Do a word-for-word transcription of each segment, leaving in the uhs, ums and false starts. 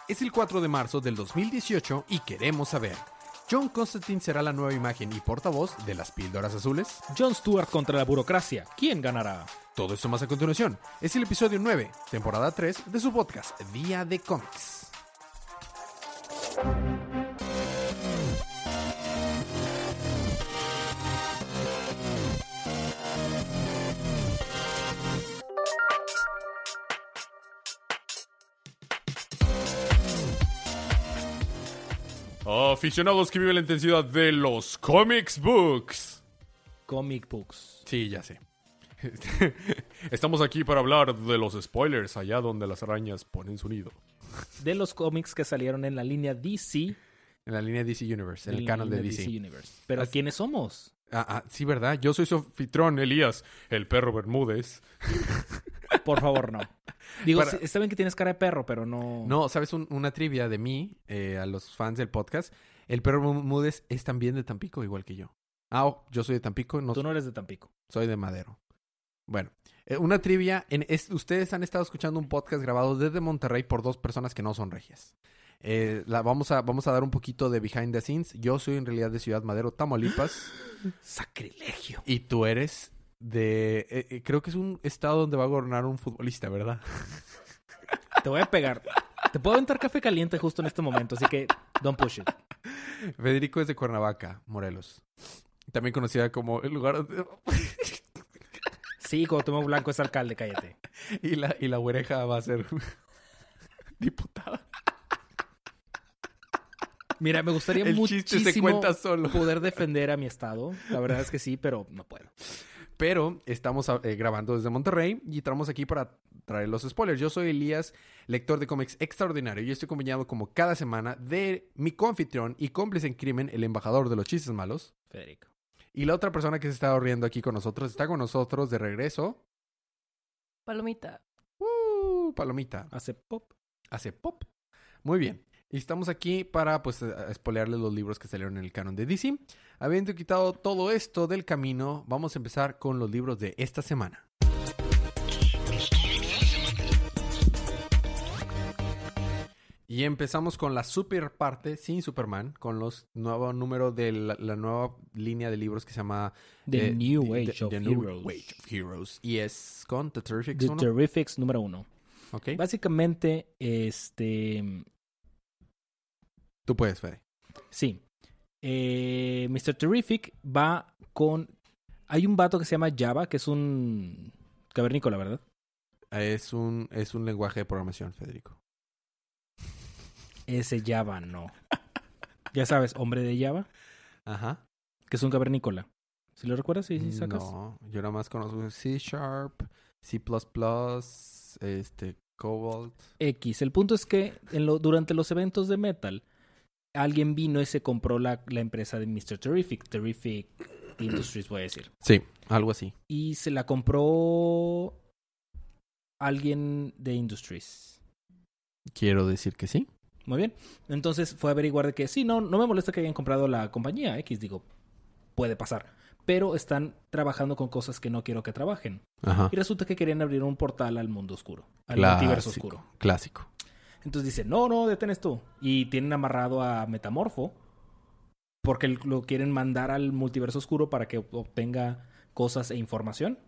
Es el cuatro de marzo del dos mil dieciocho y queremos saber: ¿John Constantine será la nueva imagen y portavoz de las píldoras azules? Jon Stewart contra la burocracia. ¿Quién ganará? Todo esto más a continuación. Es el episodio nueve, temporada tres, de su podcast Día de Cómics. Aficionados que viven la intensidad de los comics books. Comic books. Sí, ya sé. Estamos aquí para hablar de los spoilers, allá donde las arañas ponen su nido. De los cómics que salieron en la línea D C. En la línea D C Universe, en el canon de D C. D C Universe. Pero Así... ¿quiénes somos? Ah, ah, sí, ¿verdad? Yo soy su anfitrión, Elías, el perro Bermúdez. Por favor, no. Digo, Para... sí, está bien que tienes cara de perro, pero no... No, ¿sabes un, una trivia de mí, eh, a los fans del podcast? El perro Bermúdez es también de Tampico, igual que yo. Ah, oh, yo soy de Tampico. No... Tú no eres de Tampico. Soy de Madero. Bueno, eh, una trivia. En, es, ustedes han estado escuchando un podcast grabado desde Monterrey por dos personas que no son regias. Eh, la, vamos, a, vamos a dar un poquito de behind the scenes. Yo soy en realidad de Ciudad Madero, Tamaulipas. Sacrilegio. Y tú eres de... Eh, eh, creo que es un estado donde va a gobernar un futbolista, ¿verdad? Te voy a pegar. Te puedo aventar café caliente justo en este momento, así que don't push it. Federico es de Cuernavaca, Morelos. También conocida como el lugar donde... Sí, Cuauhtémoc Blanco es alcalde, cállate. Y la, y la güereja va a ser diputada. Mira, me gustaría el muchísimo chiste se cuenta solo. Poder defender a mi estado. La verdad es que sí, pero no puedo. Pero estamos eh, grabando desde Monterrey y estamos aquí para traer los spoilers. Yo soy Elías, lector de cómics extraordinario, y estoy acompañado como cada semana de mi coanfitrión y cómplice en crimen, el embajador de los chistes malos, Federico. Y la otra persona que se está riendo aquí con nosotros, está con nosotros de regreso. Palomita. Uh, Palomita. Hace pop. Hace pop. Muy bien. Y estamos aquí para, pues, spoilearles los libros que salieron en el canon de D C. Habiendo quitado todo esto del camino, vamos a empezar con los libros de esta semana. Y empezamos con la super parte, sin Superman, con los nuevos números de la, la nueva línea de libros que se llama... The eh, New the, Age the, of the Heroes. New Age of Heroes. Y es con The Terrifics The uno. Terrifics número uno. Ok. Básicamente, este... Tú puedes, Fede. Sí. Eh, mister Terrific va con... Hay un vato que se llama Java, que es un cavernícola, ¿verdad? Es un, es un lenguaje de programación, Federico. Ese Java no. Ya sabes, hombre de Java. Ajá. Que es un cavernícola. ¿Sí lo recuerdas? ¿Sí, sí sacas? No, yo nada más conozco C Sharp, C++, este, Cobalt. X. El punto es que en lo, durante los eventos de Metal, alguien vino y se compró la, la empresa de mister Terrific. Terrific Industries, voy a decir. Sí, algo así. Y se la compró alguien de Industries. Quiero decir que sí. Muy bien. Entonces fue a averiguar de que sí, no, no me molesta que hayan comprado la compañía X. Digo, puede pasar. Pero están trabajando con cosas que no quiero que trabajen. Ajá. Y resulta que querían abrir un portal al mundo oscuro. Al Clásico, multiverso oscuro. Clásico. Entonces dice, no, no, detén esto. Y tienen amarrado a Metamorfo. Porque lo quieren mandar al multiverso oscuro para que obtenga cosas e información.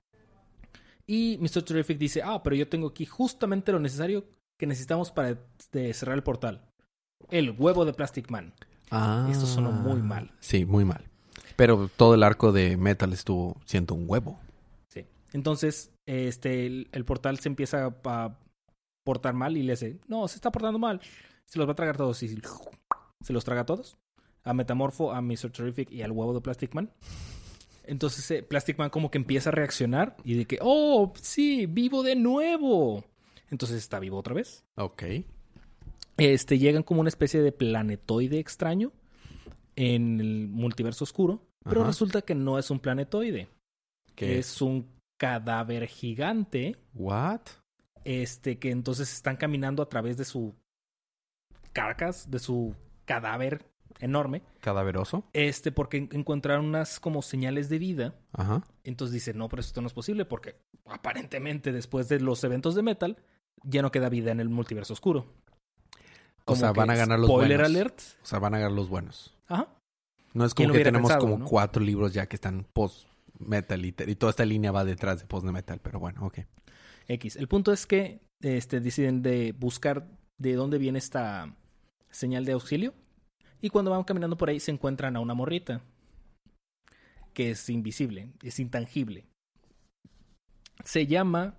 Y mister Terrific dice, ah, pero yo tengo aquí justamente lo necesario que necesitamos para de cerrar el portal. El huevo de Plastic Man. Ah. Esto sonó muy mal. Sí, muy mal. Pero todo el arco de Metal estuvo siendo un huevo. Sí. Entonces, este, el, el portal se empieza a portar mal y le dice, no, se está portando mal. Se los va a tragar todos. Y se los traga a todos. A Metamorfo, a mister Terrific y al huevo de Plastic Man. Entonces, eh, Plastic Man como que empieza a reaccionar y de que, oh, sí, vivo de nuevo. Entonces está vivo otra vez. Ok. Este, llegan como una especie de planetoide extraño en el multiverso oscuro. Pero Ajá. resulta que no es un planetoide. ¿Qué es? Es un cadáver gigante. ¿What? Este, que entonces están caminando a través de su carcas, de su cadáver enorme. ¿Cadaveroso? Este, porque encontraron unas como señales de vida. Ajá. Entonces dice, no, pero esto no es posible porque aparentemente después de los eventos de Metal ya no queda vida en el multiverso oscuro. O sea, que van a ganar los spoiler buenos. alert. O sea, van a ganar los buenos. Ajá. No es ¿Quién como lo que hubiera tenemos pensado, como no? cuatro libros ya que están post-metal y, y toda esta línea va detrás de post-metal, pero bueno, ok. X. El punto es que este, deciden de buscar de dónde viene esta señal de auxilio. Y cuando van caminando por ahí se encuentran a una morrita. Que es invisible, es intangible. Se llama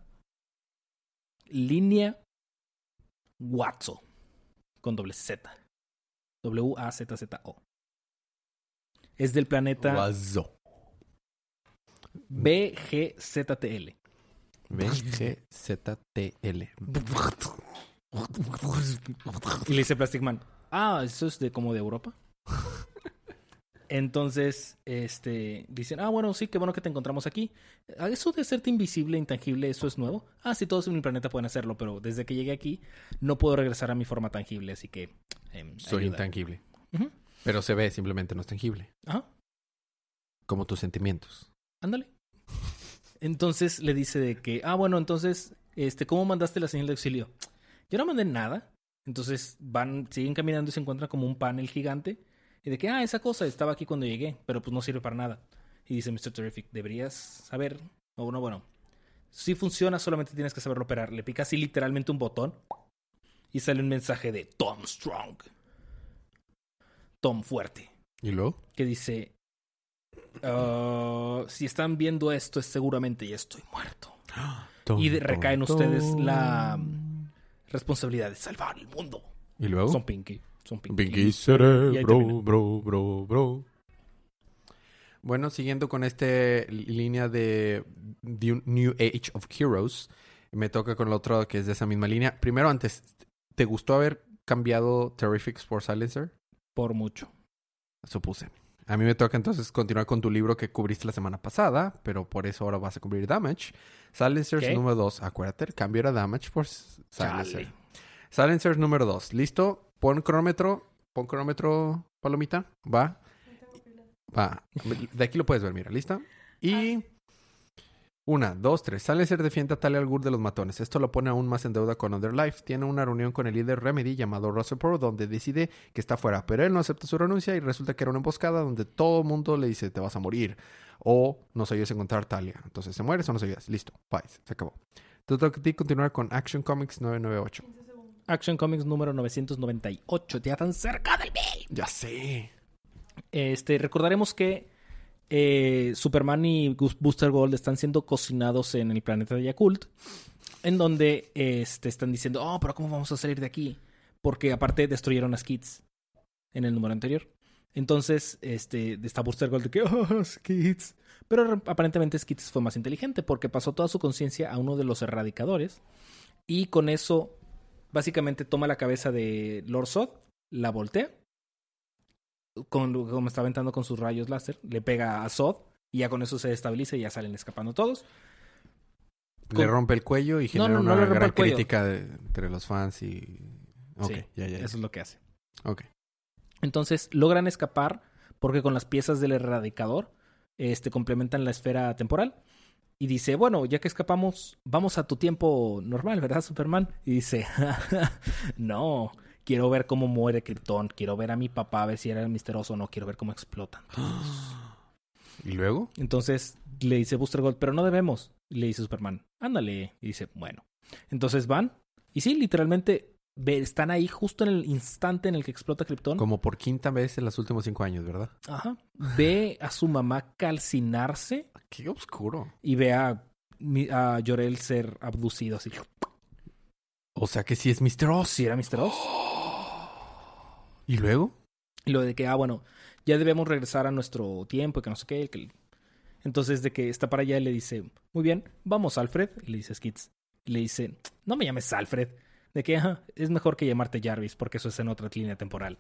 Línea Watso. Con doble Z. W A Z Z O. Es del planeta Guazo. B G Z T L. B G Z T L. Y le dice Plastic Man, ah, eso es de como de Europa. Entonces, este, dicen, ah, bueno, sí, qué bueno que te encontramos aquí. Eso de hacerte invisible, intangible, ¿eso es nuevo? Ah, sí, todos en mi planeta pueden hacerlo, pero desde que llegué aquí no puedo regresar a mi forma tangible, así que eh, Soy ayuda. intangible. Ujú. Pero se ve, simplemente no es tangible. Ajá, Como tus sentimientos. ándale. Entonces le dice de que, ah, bueno, entonces, este, ¿cómo mandaste la señal de auxilio? Yo no mandé nada. Entonces van, siguen caminando y se encuentran como un panel gigante. Y de que, ah, esa cosa estaba aquí cuando llegué, pero pues no sirve para nada. Y dice mister Terrific, deberías saber. O bueno, bueno. Si funciona, solamente tienes que saberlo operar. Le pica así literalmente un botón. Y sale un mensaje de Tom Strong. Tom Fuerte. ¿Y luego? Que dice, "Ah, si están viendo esto, es seguramente ya estoy muerto. Tom, Y de- recae en tom, ustedes tom. la responsabilidad de salvar el mundo. ¿Y luego? Son Pinky. Son Pinky. Pinky Y ahí cerebro, termina. bro, bro, bro. Bueno, siguiendo con esta línea de The New Age of Heroes, me toca con el otro que es de esa misma línea. Primero, antes, ¿te gustó haber cambiado Terrifics por Silencer? Por mucho. Supuse. A mí me toca entonces continuar con tu libro que cubriste la semana pasada, pero por eso ahora vas a cubrir Damage. Silencers ¿Qué? número dos. Acuérdate, el cambio era Damage por S- Silencer. Chale. Silencers número dos. ¿Listo? Pon cronómetro. Pon cronómetro, Palomita. Va. Va. De aquí lo puedes ver, mira. ¿Lista? Y... Una, dos, tres. Silencer defiende a Talia al Ghul de los matones. Esto lo pone aún más en deuda con Underlife. Tiene una reunión con el líder Remedy llamado Russell Crowe donde decide que está fuera, pero él no acepta su renuncia y resulta que era una emboscada donde todo el mundo le dice te vas a morir o nos ayudes a encontrar a Talia. Entonces, ¿se mueres o nos ayudas? Listo. Bye. Se acabó. Te toca a ti continuar con Action Comics novecientos noventa y ocho. Action Comics número novecientos noventa y ocho. Ya tan cerca del mil. Ya sé. Este, recordaremos que eh, Superman y Gus- Booster Gold están siendo cocinados en el planeta de Yakult. En donde este, están diciendo, oh, pero ¿cómo vamos a salir de aquí? Porque aparte destruyeron a Skids en el número anterior. Entonces, este, está Booster Gold de que, oh, Skids. Pero re- aparentemente Skids fue más inteligente porque pasó toda su conciencia a uno de los erradicadores. Y con eso, básicamente toma la cabeza de Lord Zod, la voltea. Con, como está aventando con sus rayos láser, le pega a Zod. Y ya con eso se estabiliza y ya salen escapando todos. Le Con- rompe el cuello y No, genera no, no una le rompe gran el cuello. crítica de- entre los fans y... Ok, Sí, ya, ya, ya. Eso es lo que hace. Ok. Entonces logran escapar porque con las piezas del erradicador este, complementan la esfera temporal. Y dice, bueno, ya que escapamos, vamos a tu tiempo normal, ¿verdad, Superman? Y dice, no, quiero ver cómo muere Krypton. Quiero ver a mi papá, a ver si era misterioso o no. Quiero ver cómo explotan. ¿Y luego? Entonces le dice Booster Gold, pero no debemos. Y le dice Superman, ándale. Y dice, bueno. Entonces van. Y sí, literalmente ve- están ahí justo en el instante en el que explota Krypton. Como por quinta vez en los últimos cinco años, ¿verdad? Ajá. Ve a su mamá calcinarse Qué oscuro. y ve a, mi- a Jor-El ser abducido así. O sea que sí es mister Oz. Si era mister Oz. ¿Y luego? Y lo de que, ah, bueno, ya debemos regresar a nuestro tiempo y que no sé qué. Que... Entonces, de que está para allá, le dice, muy bien, vamos, Alfred. Y le dice Skids. Y le dice, no me llames Alfred. De que, ajá, es mejor que llamarte Jarvis porque eso es en otra línea temporal.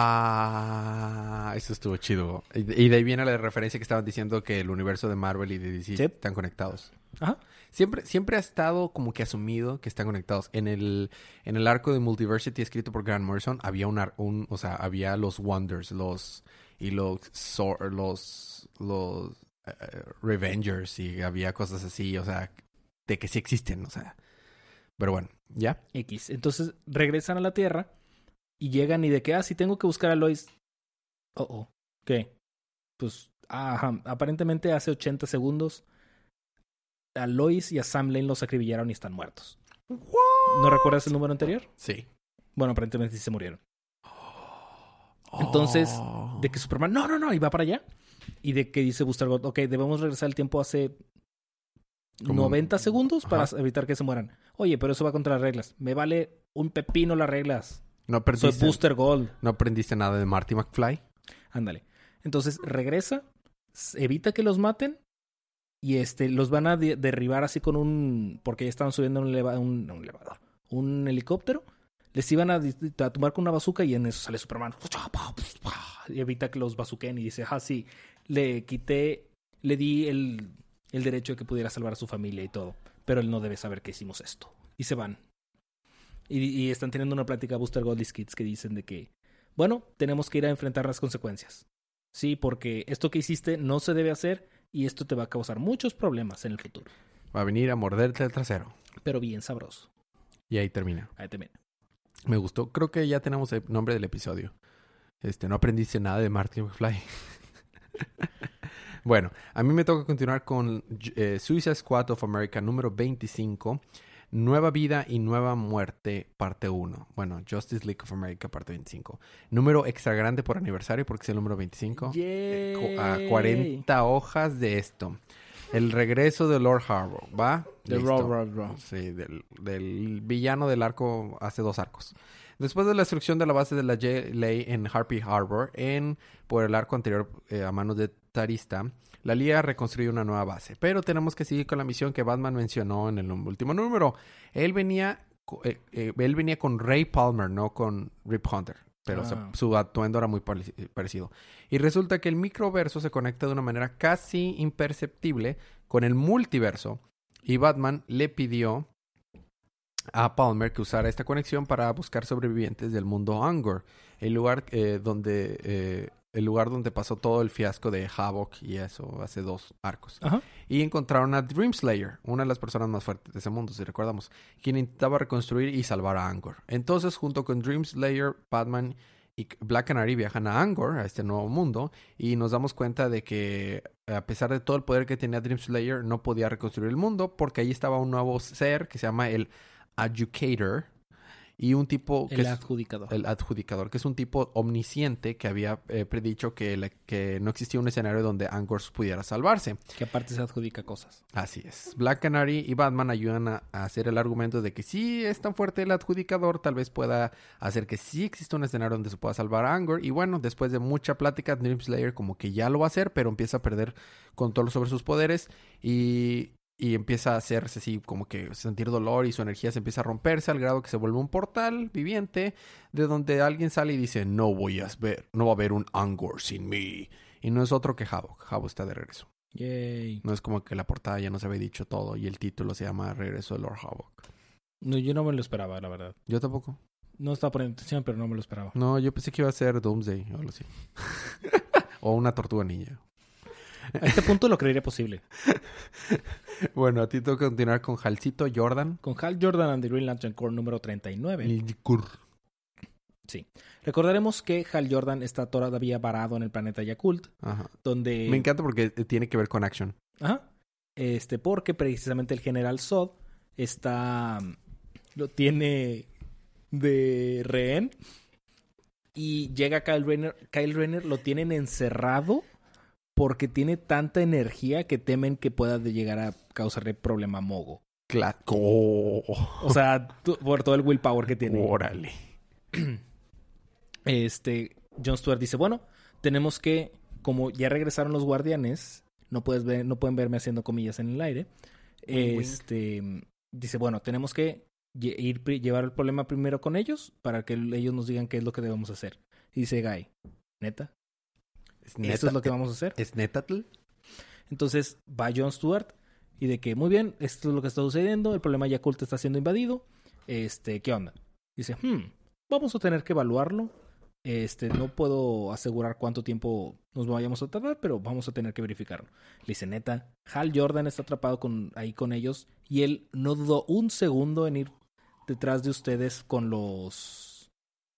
Ah, eso estuvo chido. Y y de ahí viene la referencia que estaban diciendo que el universo de Marvel y de D C Sí. están conectados. Ajá. Siempre, siempre ha estado como que asumido que están conectados. En el, en el arco de Multiversity escrito por Grant Morrison había un, ar- un o sea, había los Wonders, los y los Sor- los los eh, Revengers y había cosas así, o sea, de que sí existen, o sea. Pero bueno, ¿ya? X. Entonces regresan a la Tierra Y llegan y de que, ah, sí tengo que buscar a Lois. Oh, oh. ¿Qué? Pues, ajá, aparentemente hace ochenta segundos a Lois y a Sam Lane los acribillaron y están muertos. What? ¿No recuerdas el número anterior? Sí. Bueno, aparentemente sí se murieron. Entonces, Oh. de que Superman, no, no, no, y va para allá. Y de que dice Booster Gold, ok, debemos regresar el tiempo hace Como- noventa segundos para Ajá. evitar que se mueran. Oye, pero eso va contra las reglas. Me vale un pepino las reglas. No Soy aprendiste, Booster Gold. no aprendiste nada de Marty McFly. Ándale. Entonces regresa, s- evita que los maten y este los van a de- derribar así con un... Porque ya estaban subiendo un, eleva- un, no, un elevador. Un helicóptero. Les iban a, dis- a tumbar con una bazooka y en eso sale Superman. Y evita que los bazuquen y dice, ah, sí, le quité, le di el, el derecho de que pudiera salvar a su familia y todo. Pero él no debe saber que hicimos esto. Y se van. Y, y están teniendo una plática Booster Gold y Kids que dicen de que, bueno, tenemos que ir a enfrentar las consecuencias. Sí, porque esto que hiciste no se debe hacer y esto te va a causar muchos problemas en el futuro. Va a venir a morderte el trasero. Pero bien sabroso. Y ahí termina. Ahí termina. Me gustó. Creo que ya tenemos el nombre del episodio. Este, no aprendiste nada de Marty McFly. Bueno, a mí me toca continuar con eh, Suicide Squad of America número veinticinco. Nueva vida y nueva muerte, parte uno. Bueno, Justice League of America, parte veinticinco. Número extra grande por aniversario porque es el número veinticinco. Yay. Cu- A cuarenta hojas de esto. El regreso de Lord Harbour, ¿va? De Listo. Raw, Raw, Raw. Sí, del, del villano del arco hace dos arcos. Después de la destrucción de la base de la J-Lay en Harpy Harbor, en, por el arco anterior eh, a manos de Tarista, la Liga reconstruyó una nueva base. Pero tenemos que seguir con la misión que Batman mencionó en el último número. Él venía, co- eh, eh, él venía con Ray Palmer, no con Rip Hunter. Pero se- Ah. su atuendo era muy pare- parecido. Y resulta que el microverso se conecta de una manera casi imperceptible con el multiverso. Y Batman le pidió a Palmer que usara esta conexión para buscar sobrevivientes del mundo Angor, el lugar eh, donde eh, el lugar donde pasó todo el fiasco de Havoc y eso hace dos arcos. Ajá. Y encontraron a Dreamslayer, una de las personas más fuertes de ese mundo, si recordamos, quien intentaba reconstruir y salvar a Angor. Entonces, junto con Dreamslayer, Batman y Black Canary viajan a Angor, a este nuevo mundo, y nos damos cuenta de que a pesar de todo el poder que tenía Dreamslayer, no podía reconstruir el mundo porque ahí estaba un nuevo ser que se llama el Adjudicator y un tipo que El es- adjudicador. el adjudicador, que es un tipo omnisciente que había eh, predicho que, la- que no existía un escenario donde Angor pudiera salvarse. Que aparte se adjudica cosas. Así es. Black Canary y Batman ayudan a, a hacer el argumento de que si es tan fuerte el adjudicador, tal vez pueda hacer que sí exista un escenario donde se pueda salvar a Angor. Y bueno, después de mucha plática, Dreamslayer como que ya lo va a hacer, pero empieza a perder control sobre sus poderes y, y empieza a hacerse así como que sentir dolor y su energía se empieza a romperse al grado que se vuelve un portal viviente de donde alguien sale y dice, no voy a ver, no va a haber un Angor sin mí. Y no es otro que Havoc. Havoc está de regreso. Yay. No es como que la portada ya nos había dicho todo y el título se llama Regreso de Lord Havoc. No, yo no me lo esperaba, la verdad. Yo tampoco. No estaba poniendo atención, pero no me lo esperaba. No, yo pensé que iba a ser Doomsday o algo así. O una tortuga ninja. A este punto lo creería posible. Bueno, a ti tengo que continuar con Halcito Jordan. Con Hal Jordan and the Green Lantern Corps número treinta y nueve. El Kur. Sí. Recordaremos que Hal Jordan está todavía varado en el planeta Yakult, Ajá. donde... Me encanta porque tiene que ver con Action. Ajá. Este, porque precisamente el general Zod está... Lo tiene de rehén. Y llega Kyle Rayner. Kyle Rayner lo tienen encerrado porque tiene tanta energía que temen que pueda de llegar a causarle problema a Mogo. Claro. Oh, O sea, tu- por todo el willpower que tiene. órale. Este, Jon Stewart dice, bueno, tenemos que, como ya regresaron los guardianes, no puedes ver, no pueden verme haciendo comillas en el aire. Wink, wink. Este, dice, bueno, tenemos que lle- ir pri- llevar el problema primero con ellos para que ellos nos digan qué es lo que debemos hacer. Y dice Guy, ¿neta? ¿Es ¿Eso neta? es lo que vamos a hacer? ¿Es Netatl? Entonces va Jon Stewart y de que, muy bien, esto es lo que está sucediendo, el problema Yakult está siendo invadido. Este, ¿qué onda? Dice, hmm, vamos a tener que evaluarlo. Este, no puedo asegurar cuánto tiempo nos vayamos a tardar, pero vamos a tener que verificarlo. Le dice, neta, Hal Jordan está atrapado con, ahí con ellos y él no dudó un segundo en ir detrás de ustedes con los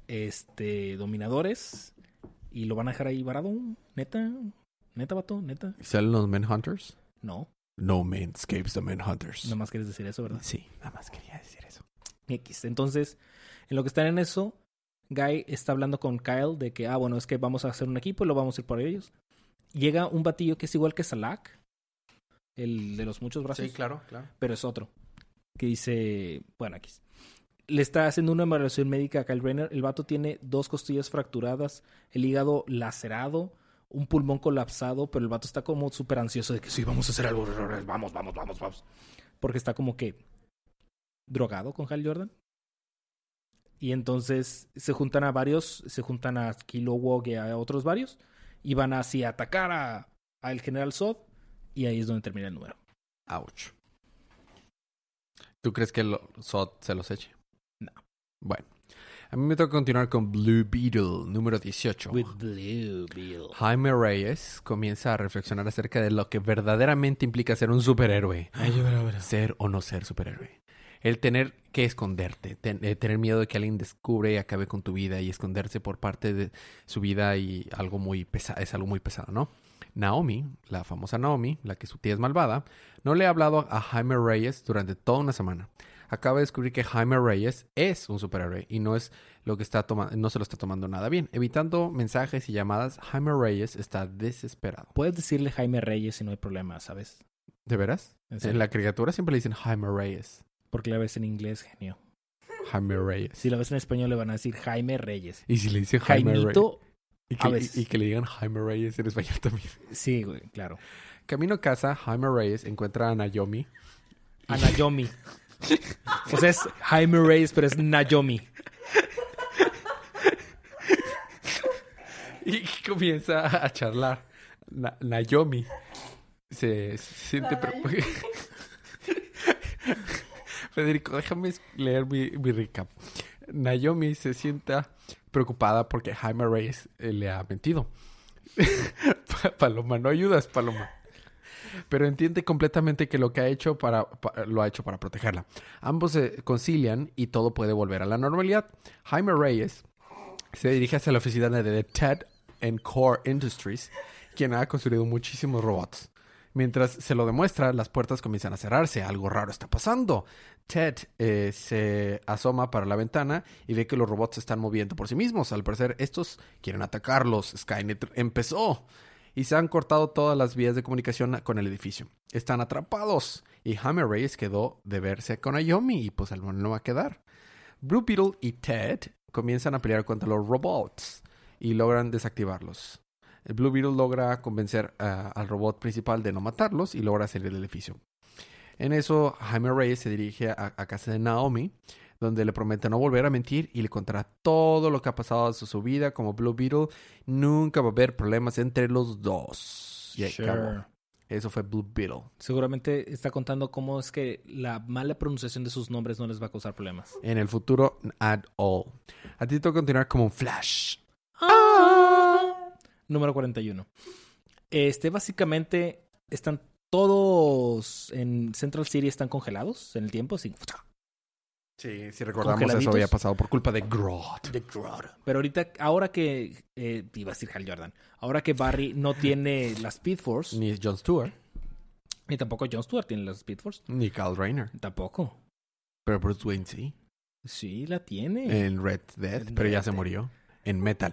este, dominadores y lo van a dejar ahí varado. Neta, neta, vato, neta. ¿Salen los Manhunters? No, No man escapes the Manhunters. nada más quieres decir eso, ¿verdad? Sí, nada más quería decir eso. X. Entonces, en lo que están en eso, Guy está hablando con Kyle de que, ah, bueno, es que vamos a hacer un equipo y lo vamos a ir por ellos. Llega un batillo que es igual que Salak, el de los muchos brazos, Sí, claro, claro. pero es otro. Que dice, bueno, aquí le está haciendo una evaluación médica a Kyle Rayner. El vato tiene dos costillas fracturadas, el hígado lacerado, un pulmón colapsado, pero el vato está como súper ansioso de que sí, vamos a hacer algo, vamos, vamos, vamos, vamos. Porque está como que drogado con Hal Jordan. Y entonces se juntan a varios, se juntan a Kilowog y a otros varios, y van así a atacar a, a el General Zod, y ahí es donde termina el número. Ouch. ¿Tú crees que el Zod se los eche? No. Bueno. A mí me toca continuar con Blue Beetle, número dieciocho. With Blue Beetle. Jaime Reyes comienza a reflexionar acerca de lo que verdaderamente implica ser un superhéroe. Ay, yo, pero, pero. Ser o no ser superhéroe. El tener que esconderte, ten- eh, tener miedo de que alguien descubre y acabe con tu vida y esconderse por parte de su vida y algo muy pesado, es algo muy pesado, ¿no? Naomi, la famosa Naomi, la que su tía es malvada, no le ha hablado a Jaime Reyes durante toda una semana. Acaba de descubrir que Jaime Reyes es un superhéroe y no es lo que está tomando, no se lo está tomando nada bien. Evitando mensajes y llamadas, Jaime Reyes está desesperado. Puedes decirle Jaime Reyes y no hay problema, ¿sabes? ¿De veras? En En serio. la caricatura siempre le dicen Jaime Reyes. Porque la ves en inglés, genio. Jaime Reyes. Si la ves en español, le van a decir Jaime Reyes. Y si le dicen Jaime Reyes. Jaimito, Y que, a veces. y, y que le digan Jaime Reyes en español también. sí, güey, claro. Camino a casa, Jaime Reyes encuentra a Naomi. A Naomi. O sea, es Jaime Reyes, pero es Naomi. Y comienza a charlar. Na- Naomi se, se siente... preocup- Federico, déjame leer mi, mi recap. Naomi se sienta preocupada porque Jaime Reyes eh, le ha mentido. Paloma, no ayudas, Paloma. Pero entiende completamente que lo que ha hecho para, pa- lo ha hecho para protegerla. Ambos se concilian y todo puede volver a la normalidad. Jaime Reyes se dirige hacia la oficina de Ted and Core Industries, quien ha construido muchísimos robots. Mientras se lo demuestra, las puertas comienzan a cerrarse. Algo raro está pasando. Ted eh, se asoma para la ventana y ve que los robots se están moviendo por sí mismos. Al parecer, estos quieren atacarlos. Skynet empezó. Y se han cortado todas las vías de comunicación con el edificio. Están atrapados. Y Jaime Reyes quedó de verse con Naomi. Y pues al menos no va a quedar. Blue Beetle y Ted comienzan a pelear contra los robots. Y logran desactivarlos. El Blue Beetle logra convencer uh, al robot principal de no matarlos y logra salir del edificio. En eso, Jaime Reyes se dirige a, a casa de Naomi, donde le promete no volver a mentir y le contará todo lo que ha pasado en su, su vida como Blue Beetle. Nunca va a haber problemas entre los dos. Y Sure. acabó. Eso fue Blue Beetle. Seguramente está contando cómo es que la mala pronunciación de sus nombres no les va a causar problemas. En el futuro, at all. A ti te toca continuar como un Flash. Número cuarenta y uno. Este, básicamente, están todos en Central City, están congelados en el tiempo. Así. Sí, si recordamos, Congeladitos. eso había pasado por culpa de Groot. Pero ahorita, ahora que... Eh, iba a decir Hal Jordan. Ahora que Barry no tiene la Speed Force, Ni Jon Stewart, ni tampoco Jon Stewart tiene la Speed Force. ni Kyle Rayner. Tampoco. Pero Bruce Wayne sí. Sí, la tiene. En Red Dead, En pero ya Red se Dead. murió. En Metal.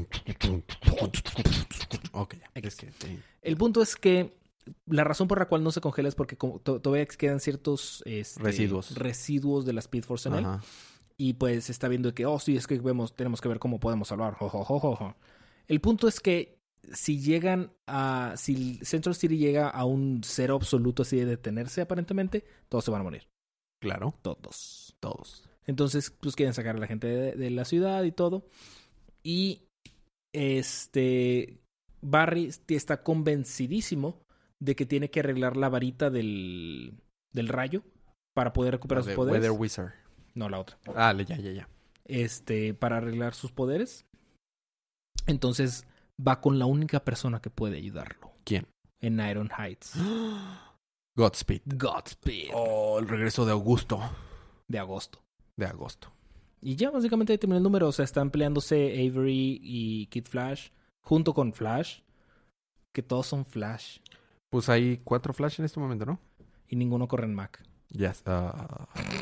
Ok, ya. Es que... sí. El punto es que la razón por la cual no se congela es porque como to- todavía quedan ciertos este, Residuos. residuos de la Speed Force en él. Ajá. Y pues se está viendo que, oh, sí, es que vemos, tenemos que ver cómo podemos salvar. Jo, jo, jo, jo, jo. El punto es que si llegan a... Si Central City llega a un cero absoluto así de detenerse aparentemente, todos se van a morir. Claro, Todos. todos. Entonces, pues quieren sacar a la gente de, de la ciudad y todo. Y este... Barry está convencidísimo de que tiene que arreglar la varita del, del rayo para poder recuperar sus De poderes. Weather Wizard. No, la otra. Ah, ya, ya, ya. Este, para arreglar sus poderes. Entonces va con la única persona que puede ayudarlo. ¿Quién? En Iron Heights. Godspeed. Godspeed. Oh, el regreso de Augusto. De agosto. De agosto. Y ya, básicamente ahí terminó el número. O sea, están peleándose Avery y Kid Flash junto con Flash. Que todos son Flash. Pues hay cuatro Flash en este momento, ¿no? Y ninguno corre en Mac. Ya está.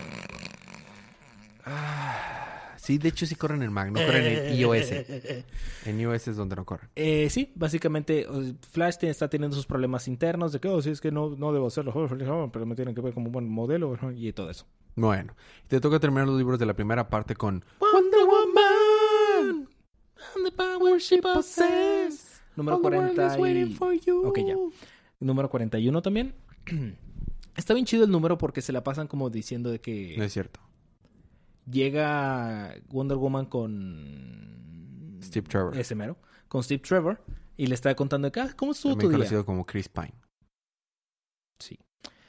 Ah, sí, de hecho sí corren en Mac, no corren en iOS. En iOS es donde no corren. Eh, sí, básicamente Flash tiene- está teniendo sus problemas internos de que, oh, sí, es que no, no debo hacerlo, pero me tienen que ver como un buen modelo y todo eso. Bueno, te toca terminar los libros de la primera parte con Wonder Woman and the power she possesses. Número cuarenta y... Ok, ya. Número cuarenta y uno también. Está bien chido el número porque se la pasan como diciendo de que... No es cierto. Llega Wonder Woman con... Steve Trevor. Ese mero. Con Steve Trevor. Y le está contando de que, ah, ¿cómo estuvo También tu día? conocido como Chris Pine. Sí.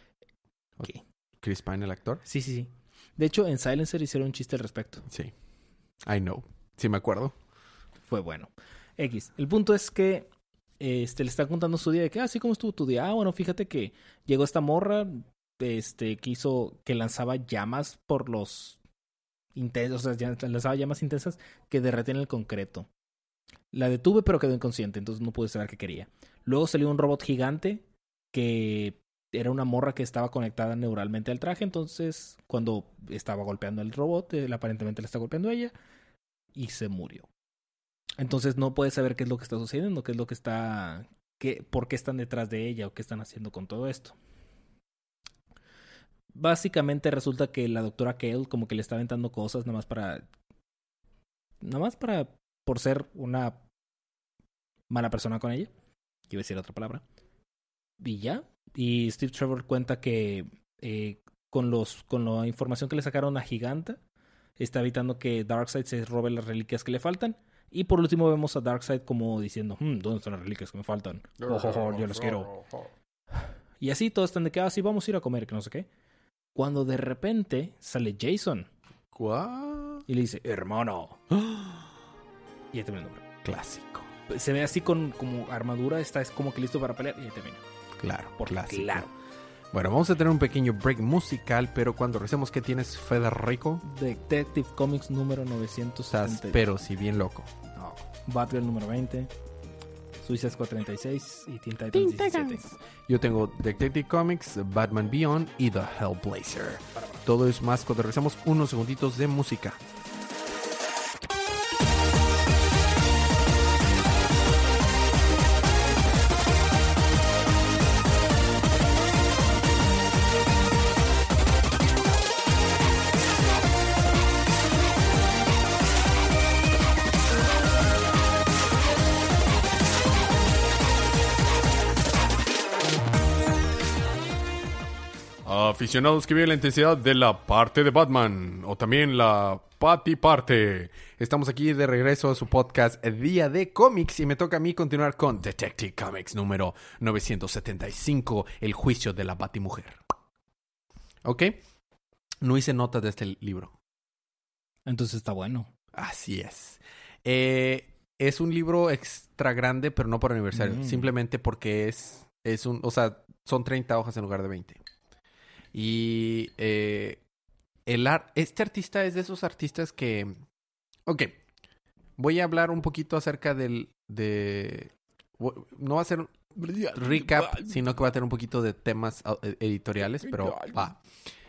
Chris Pine, el actor. Sí, sí, sí. De hecho, en Silencer hicieron un chiste al respecto. Sí. I know. Sí me acuerdo. Fue bueno. X. El punto es que este, le está contando su día de que, ah, sí, ¿cómo estuvo tu día? Ah, bueno, fíjate que llegó esta morra este, que hizo, que lanzaba llamas por los intensos, o sea, ya- lanzaba llamas intensas que derretían el concreto. La detuve, pero quedó inconsciente, entonces no pude saber qué quería. Luego salió un robot gigante que era una morra que estaba conectada neuralmente al traje, entonces cuando estaba golpeando al robot, él aparentemente le está golpeando a ella y se murió. Entonces no puede saber qué es lo que está sucediendo, qué es lo que está, qué, por qué están detrás de ella o qué están haciendo con todo esto. Básicamente resulta que la doctora Kale como que le está aventando cosas nada más para, nada más para, por ser una mala persona con ella. Iba a decir otra palabra. Y ya. Y Steve Trevor cuenta que eh, con los con la información que le sacaron a Giganta, está evitando que Darkseid se robe las reliquias que le faltan. Y por último vemos a Darkseid como diciendo, hmm, ¿dónde están las reliquias que me faltan? Oh, oh, oh, yo las quiero. Y así todos están de que, ah, sí, vamos a ir a comer, que no sé qué. Cuando de repente sale Jason ¿Cuál? y le dice, hermano. Y ahí termina el número. Clásico. Se ve así con como armadura, está es como que listo para pelear y ahí termina. Claro, Porque clásico. claro. Bueno, vamos a tener un pequeño break musical, pero cuando recemos, ¿qué tienes, Federico? Detective Comics número novecientos setenta. Estás, pero si bien loco. No. Batgirl número veinte. Suicide Squad treinta y seis y Teen Titans Teen diecisiete. Titans. Yo tengo Detective Comics, Batman Beyond y The Hellblazer. Todo es más cuando regresamos unos segunditos de música. Aficionados que viven la intensidad de la parte de Batman o también la Patty parte. Estamos aquí de regreso a su podcast Día de Cómics y me toca a mí continuar con Detective Comics número novecientos setenta y cinco, El juicio de la Batimujer. ¿Ok? No hice notas de este libro. Entonces está bueno. Así es. Eh, es un libro extra grande, pero no por aniversario. Mm. Simplemente porque es, es un... O sea, son treinta hojas en lugar de veinte. Y eh, el ar- este artista es de esos artistas que... Ok, voy a hablar un poquito acerca del... de No va a ser recap, sino que va a tener un poquito de temas editoriales, pero va.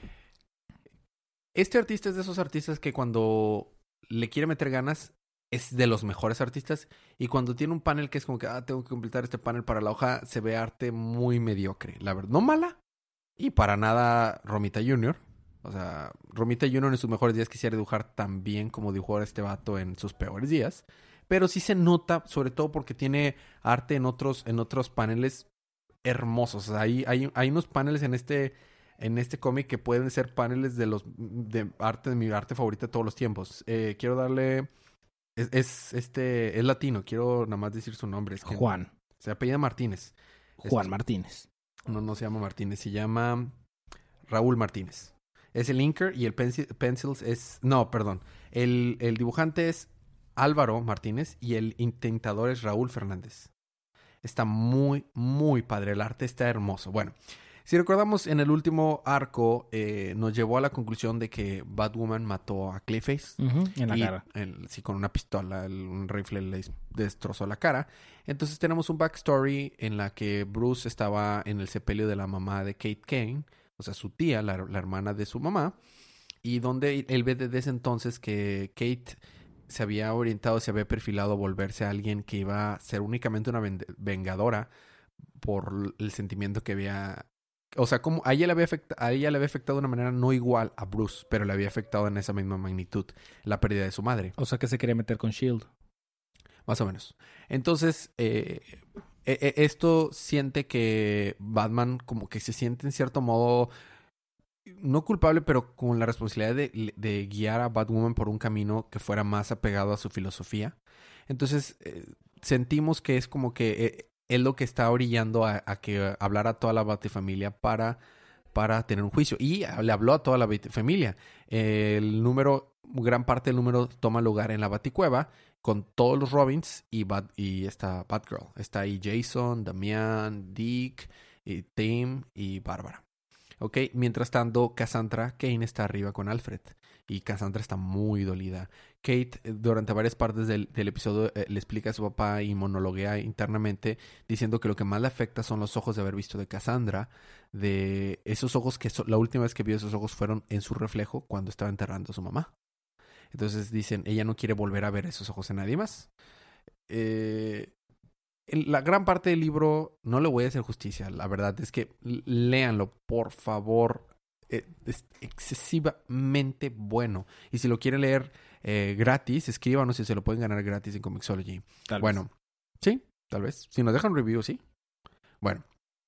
Este artista es de esos artistas que cuando le quiere meter ganas es de los mejores artistas y cuando tiene un panel que es como que ah, tengo que completar este panel para la hoja, se ve arte muy mediocre, la verdad. No mala y para nada Romita junior O sea, Romita junior en sus mejores días quisiera dibujar tan bien como dibujó este vato en sus peores días. Pero sí se nota, sobre todo porque tiene arte en otros, en otros paneles hermosos. O sea, hay, hay, hay unos paneles en este, en este cómic que pueden ser paneles de los de arte de mi arte favorita de todos los tiempos. Eh, quiero darle... Es, es este es latino, quiero nada más decir su nombre. Es que Juan. Se apellida Martínez. Juan Este, Martínez. No, no se llama Martínez, se llama Raúl Martínez. Es el inker y el pencil, pencils es... No, perdón. El, el dibujante es Álvaro Martínez y el intentador es Raúl Fernández. Está muy, muy padre. El arte está hermoso. Bueno, Si recordamos, en el último arco eh, nos llevó a la conclusión de que Batwoman mató a Clayface. Uh-huh, en la y, cara. El, sí, con una pistola, el, un rifle le destrozó la cara. Entonces tenemos un backstory en la que Bruce estaba en el sepelio de la mamá de Kate Kane, o sea, su tía, la, la hermana de su mamá, y donde él ve desde ese entonces que Kate se había orientado, se había perfilado a volverse a alguien que iba a ser únicamente una vengadora por el sentimiento que había. O sea, como a ella, le había afectado, a ella le había afectado de una manera no igual a Bruce, pero le había afectado en esa misma magnitud la pérdida de su madre. O sea, que se quería meter con S H I E L D. Más o menos. Entonces, eh, eh, esto siente que Batman como que se siente en cierto modo no culpable, pero con la responsabilidad de, de guiar a Batwoman por un camino que fuera más apegado a su filosofía. Entonces, eh, sentimos que es como que eh, es lo que está orillando a, a que hablara a toda la Batifamilia para, para tener un juicio. Y le habló a toda la Batifamilia. El número, gran parte del número toma lugar en la Baticueva con todos los Robins y, Bat, y está Batgirl. Está ahí Jason, Damian, Dick, y Tim y Bárbara. Ok, mientras tanto, Cassandra Kane está arriba con Alfred. Y Cassandra está muy dolida. Kate, durante varias partes del, del episodio, eh, le explica a su papá y monologuea internamente, diciendo que lo que más le afecta son los ojos de haber visto de Cassandra. De esos ojos que so, la última vez que vio esos ojos fueron en su reflejo cuando estaba enterrando a su mamá. Entonces dicen, ella no quiere volver a ver esos ojos en nadie más. Eh... La gran parte del libro, no le voy a hacer justicia, la verdad es que léanlo, por favor. Eh, es excesivamente bueno. Y si lo quieren leer eh, gratis, escríbanos si se lo pueden ganar gratis en Comixology. Tal bueno, vez. Sí, tal vez. Si nos dejan review, sí. Bueno.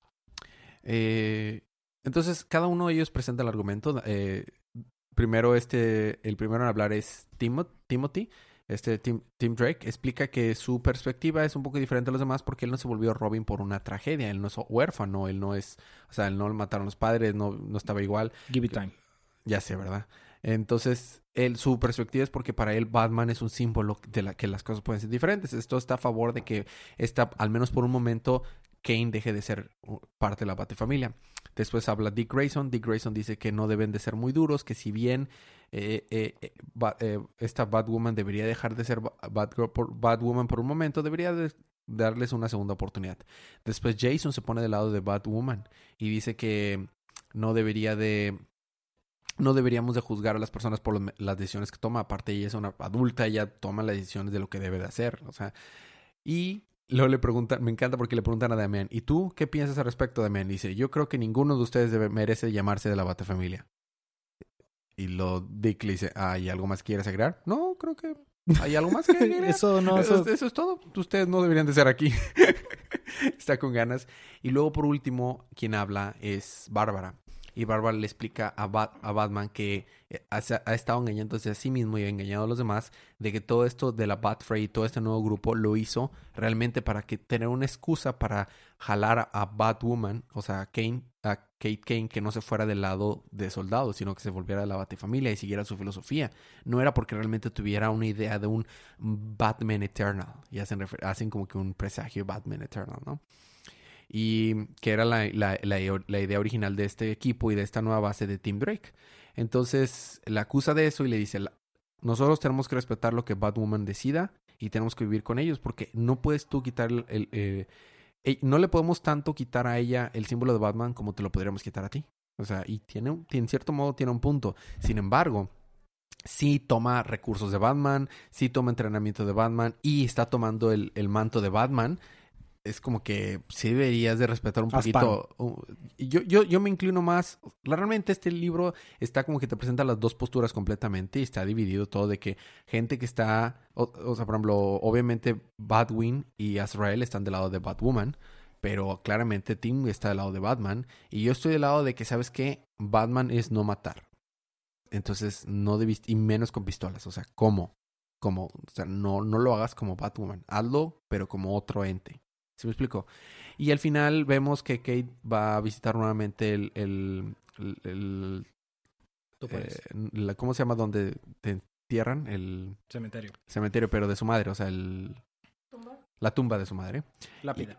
Eh, entonces, cada uno de ellos presenta el argumento. Eh, primero, este, el primero en hablar es Timo, Timothy. Este Tim, Tim Drake explica que su perspectiva es un poco diferente a los demás porque él no se volvió Robin por una tragedia. Él no es huérfano, él no es... O sea, él no le mataron los padres, no, no estaba igual. Give it time. Ya sé, ¿verdad? Entonces, él, su perspectiva es porque para él Batman es un símbolo de la que las cosas pueden ser diferentes. Esto está a favor de que esta, al menos por un momento, Kane deje de ser parte de la Batifamilia. Después habla Dick Grayson. Dick Grayson dice que no deben de ser muy duros, que si bien eh, eh, eh, ba, eh, esta Batwoman debería dejar de ser Batgirl por, Batwoman por un momento, debería de darles una segunda oportunidad. Después Jason se pone del lado de Batwoman y dice que no debería de... No deberíamos de juzgar a las personas por los, las decisiones que toma. Aparte, ella es una adulta, ella toma las decisiones de lo que debe de hacer. O sea, y luego le preguntan, me encanta porque le preguntan a Damian, ¿y tú qué piensas al respecto, Damian? Dice, yo creo que ninguno de ustedes debe, merece llamarse de la Batafamilia. Y lo Dick le dice, ¿hay algo más que quieres agregar? No, creo que hay algo más que agregar. eso no, eso, eso... eso es todo. Ustedes no deberían de ser aquí. Está con ganas. Y luego, por último, quien habla es Bárbara. Y Bárbara le explica a, Bat, a Batman que ha, ha estado engañándose a sí mismo y ha engañado a los demás, de que todo esto de la Bat-Free y todo este nuevo grupo lo hizo realmente para que tener una excusa para jalar a, a Batwoman, o sea, a Kane, a Kate Kane, que no se fuera del lado de soldado, sino que se volviera de la Batifamilia y siguiera su filosofía. No era porque realmente tuviera una idea de un Batman Eternal. Y hacen, hacen como que un presagio Batman Eternal, ¿no? Y que era la, la, la, la idea original de este equipo y de esta nueva base de Tim Drake. Entonces la acusa de eso y le dice, nosotros tenemos que respetar lo que Batwoman decida y tenemos que vivir con ellos porque no puedes tú quitar el... el eh, eh, no le podemos tanto quitar a ella el símbolo de Batman como te lo podríamos quitar a ti. O sea, y tiene, en cierto modo tiene un punto. Sin embargo, sí toma recursos de Batman, sí toma entrenamiento de Batman y está tomando el, el manto de Batman. Es como que sí deberías de respetar un poquito. Uh, yo, yo, yo me inclino más. Realmente este libro está como que te presenta las dos posturas completamente y está dividido todo de que gente que está... O, o sea, por ejemplo, obviamente Batwing y Azrael están del lado de Batwoman, pero claramente Tim está del lado de Batman y yo estoy del lado de que, ¿sabes qué? Batman es no matar. Entonces no debiste... Y menos con pistolas. O sea, ¿cómo? Como, o sea, no, no lo hagas como Batwoman. Hazlo, pero como otro ente. ¿Se me explicó? Y al final vemos que Kate va a visitar nuevamente el... el, el, el eh, la, ¿cómo se llama? Donde te entierran. El cementerio. Cementerio, pero de su madre. O sea, el... ¿Tumba? La tumba de su madre. Lápida. Y,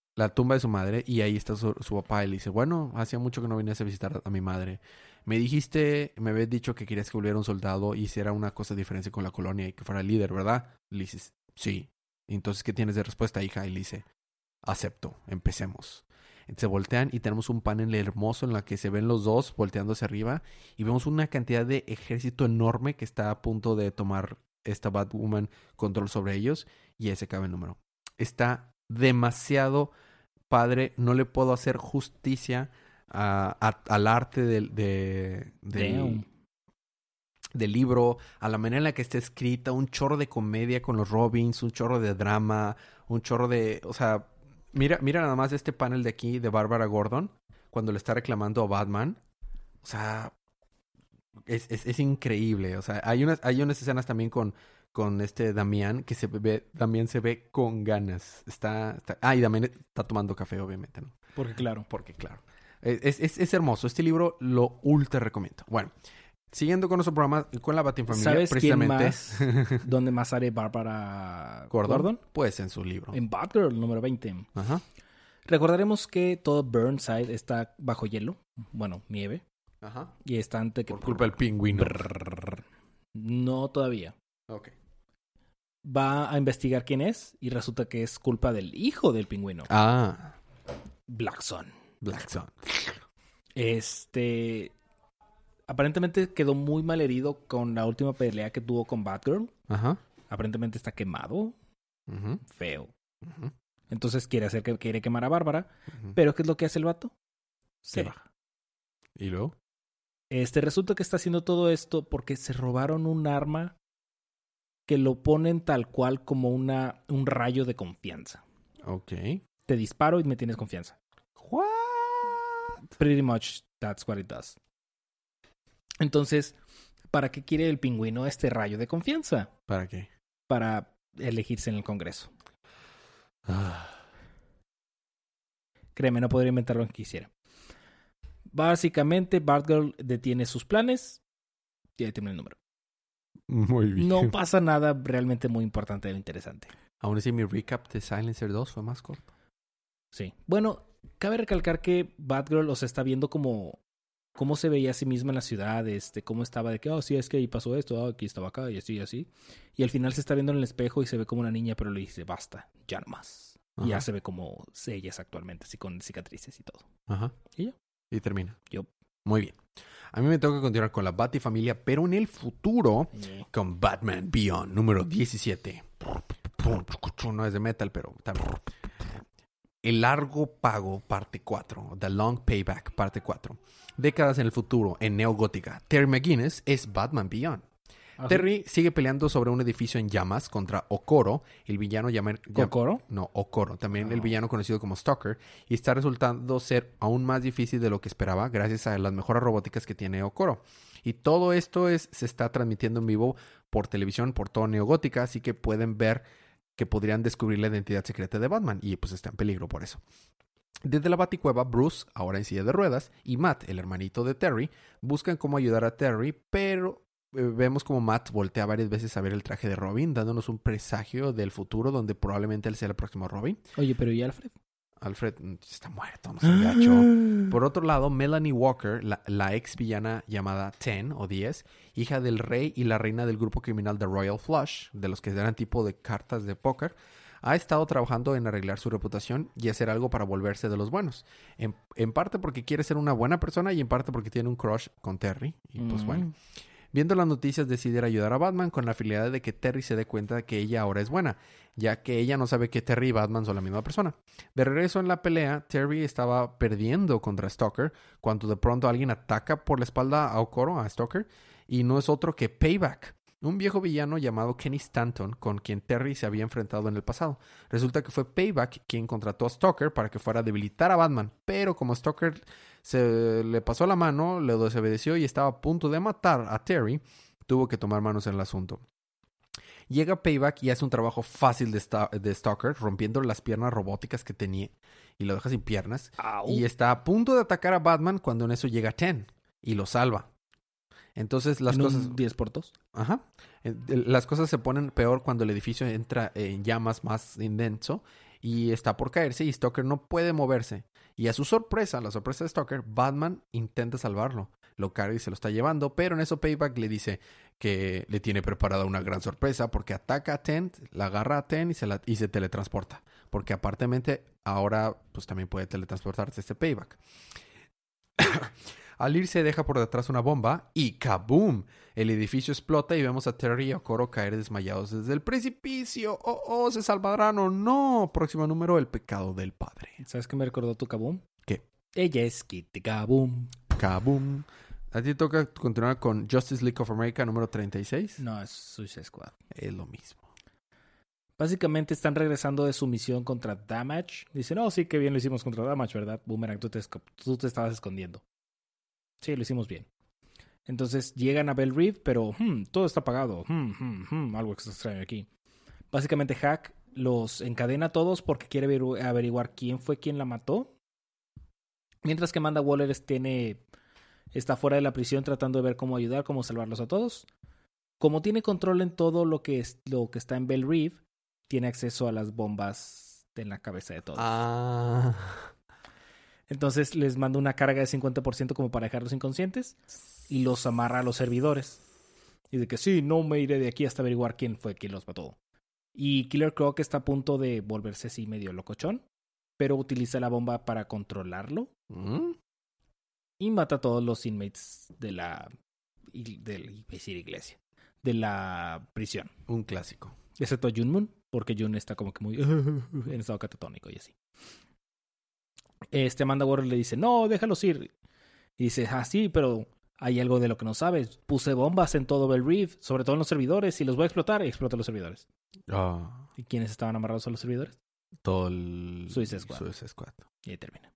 la tumba de su madre y ahí está su, su papá y le dice, bueno, hacía mucho que no venías a visitar a mi madre. Me dijiste, me habías dicho que querías que volviera un soldado y hiciera una cosa diferente con la colonia y que fuera líder, ¿verdad? Le dices, sí. Entonces, ¿qué tienes de respuesta, hija? Y le dice, acepto, empecemos. Se voltean y tenemos un panel hermoso en la que se ven los dos volteando hacia arriba y vemos una cantidad de ejército enorme que está a punto de tomar esta Batwoman control sobre ellos y ahí se acaba el número. Está demasiado padre, no le puedo hacer justicia a, a, al arte del, de, del, del libro, a la manera en la que está escrita, un chorro de comedia con los Robins, un chorro de drama, un chorro de, o sea, mira, mira nada más este panel de aquí de Bárbara Gordon cuando le está reclamando a Batman, o sea, es, es, es increíble, o sea, hay unas, hay unas escenas también con con este Damián, que se ve, Damián se ve con ganas. Está, está... Ah, y Damián está tomando café, obviamente, ¿no? Porque claro. Porque claro. Es, es, es hermoso. Este libro lo ultra recomiendo. Bueno, siguiendo con nuestro programa, con la Batinfamilia, ¿sabes precisamente... quién más? ¿Dónde más sale Bárbara Gordon? Gordon? Pues en su libro. En Batgirl, número veinte. Ajá. Recordaremos que todo Burnside está bajo hielo. Bueno, nieve. Ajá. Y está ante que... Por culpa del pingüino. No todavía. Ok. Va a investigar quién es y resulta que es culpa del hijo del pingüino. Ah. Black Sun. Black Sun. Este... Aparentemente quedó muy mal herido con la última pelea que tuvo con Batgirl. Ajá. Aparentemente está quemado. Uh-huh. Feo. Uh-huh. Entonces quiere hacer que quiere quemar a Bárbara. Uh-huh. Pero ¿qué es lo que hace el vato? Se ¿Qué? baja. ¿Y luego? Este, resulta que está haciendo todo esto porque se robaron un arma que lo ponen tal cual como una, un rayo de confianza. Ok. Te disparo y me tienes confianza. What? Pretty much that's what it does. Entonces, ¿para qué quiere el pingüino este rayo de confianza? ¿Para qué? Para elegirse en el Congreso. Ah. Créeme, no podría inventar lo que quisiera. Básicamente, Batgirl detiene sus planes y ahí termina el número. Muy bien. No pasa nada realmente muy importante o interesante. Aún así, mi recap de Silencer dos fue más corto. Sí. Bueno, cabe recalcar que Batgirl, o sea, está viendo como cómo se veía a sí misma en la ciudad, este, cómo estaba de que, oh, sí, es que ahí pasó esto, oh, aquí estaba acá, y así, y así. Y al final se está viendo en el espejo y se ve como una niña, pero le dice, basta, ya no más. Ajá. Y ya se ve como ella es actualmente, así con cicatrices y todo. Ajá. ¿Y ya? Y termina. Yo. Muy bien. A mí me toca continuar con la Batifamilia, pero en el futuro, Eh. con Batman Beyond, número diecisiete. No es de metal, pero también. El largo pago, parte cuatro. The Long Payback, parte cuatro. Décadas en el futuro, en neogótica. Terry McGinnis es Batman Beyond. ¿Ah, Terry sí? sigue peleando sobre un edificio en llamas contra Okoro, el villano llamado... ¿Kokoro? No, Okoro, también Oh. el villano conocido como Stalker, y está resultando ser aún más difícil de lo que esperaba gracias a las mejoras robóticas que tiene Okoro. Y todo esto es, se está transmitiendo en vivo por televisión, por todo Neogótica, así que pueden ver que podrían descubrir la identidad secreta de Batman, y pues está en peligro por eso. Desde la Baticueva, Bruce, ahora en silla de ruedas, y Matt, el hermanito de Terry, buscan cómo ayudar a Terry, pero eh, vemos como Matt voltea varias veces a ver el traje de Robin, dándonos un presagio del futuro donde probablemente él sea el próximo Robin. Oye, pero ¿y Alfred? Alfred mm, está muerto, no se gacho. Por otro lado, Melanie Walker, la, la ex villana llamada Ten o diez, hija del rey y la reina del grupo criminal The Royal Flush, de los que eran tipo de cartas de póker, ha estado trabajando en arreglar su reputación y hacer algo para volverse de los buenos. En, en parte porque quiere ser una buena persona y en parte porque tiene un crush con Terry. Y pues Mm. bueno. Viendo las noticias, decide ayudar a Batman con la finalidad de que Terry se dé cuenta de que ella ahora es buena, ya que ella no sabe que Terry y Batman son la misma persona. De regreso en la pelea, Terry estaba perdiendo contra Stalker cuando de pronto alguien ataca por la espalda a Okoro, a Stalker, y no es otro que Payback, un viejo villano llamado Kenny Stanton con quien Terry se había enfrentado en el pasado. Resulta que fue Payback quien contrató a Stalker para que fuera a debilitar a Batman, pero como Stalker se le pasó la mano, le desobedeció y estaba a punto de matar a Terry, tuvo que tomar manos en el asunto. Llega Payback y hace un trabajo fácil de, sta- de Stalker, rompiendo las piernas robóticas que tenía y lo deja sin piernas. Au. Y está a punto de atacar a Batman cuando en eso llega Ten y lo salva. Entonces las ¿En cosas... un diez por dos? Ajá. Eh, Las cosas se ponen peor cuando el edificio entra en llamas más intenso y está por caerse y Stalker no puede moverse. Y a su sorpresa, la sorpresa de Stalker, Batman intenta salvarlo. Lo carga y se lo está llevando, pero en eso Payback le dice que le tiene preparada una gran sorpresa porque ataca a Ten, la agarra a Ten y se, la, y se teletransporta. Porque aparentemente ahora pues también puede teletransportarse este Payback. Al irse deja por detrás una bomba y ¡kaboom! El edificio explota y vemos a Terry y a Coro caer desmayados desde el precipicio. ¡Oh, oh! ¿Se salvarán o no? Próximo número, el pecado del padre. ¿Sabes qué me recordó tu Kaboom? ¿Qué? Ella es Kitty Kaboom. ¡Kaboom! ¿A ti toca continuar con Justice League of America número treinta y seis? No, es Suicide Squad. Es lo mismo. Básicamente están regresando de su misión contra Damage. Dicen, oh, sí, qué bien lo hicimos contra Damage, ¿verdad? Boomerang, tú te, tú te estabas escondiendo. Sí, lo hicimos bien. Entonces llegan a Belle Reve, pero hmm, todo está apagado. Hmm, hmm, hmm, algo extraño aquí. Básicamente Hack los encadena a todos porque quiere averiguar quién fue quien la mató. Mientras que Amanda Waller tiene, está fuera de la prisión tratando de ver cómo ayudar, cómo salvarlos a todos. Como tiene control en todo lo que, es, lo que está en Belle Reve, tiene acceso a las bombas en la cabeza de todos. Ah... Entonces les manda una carga de cincuenta por ciento como para dejarlos inconscientes y los amarra a los servidores. Y de que sí, no me iré de aquí hasta averiguar quién fue quien los mató. Y Killer Croc está a punto de volverse así medio locochón, pero utiliza la bomba para controlarlo. ¿Mm? Y mata a todos los inmates de la, de, decir iglesia, de la prisión. Un clásico. Excepto a Jun Moon, porque Jun está como que muy en estado catatónico y así. Este Amanda Waller le dice, no, déjalos ir. Y dice, ah, sí, pero hay algo de lo que no sabes. Puse bombas en todo Belle Reve, sobre todo en los servidores, y los voy a explotar. Y explota los servidores. Oh. ¿Y quiénes estaban amarrados a los servidores? Todo el... Suicide Squad. Suicide Squad. Y ahí termina.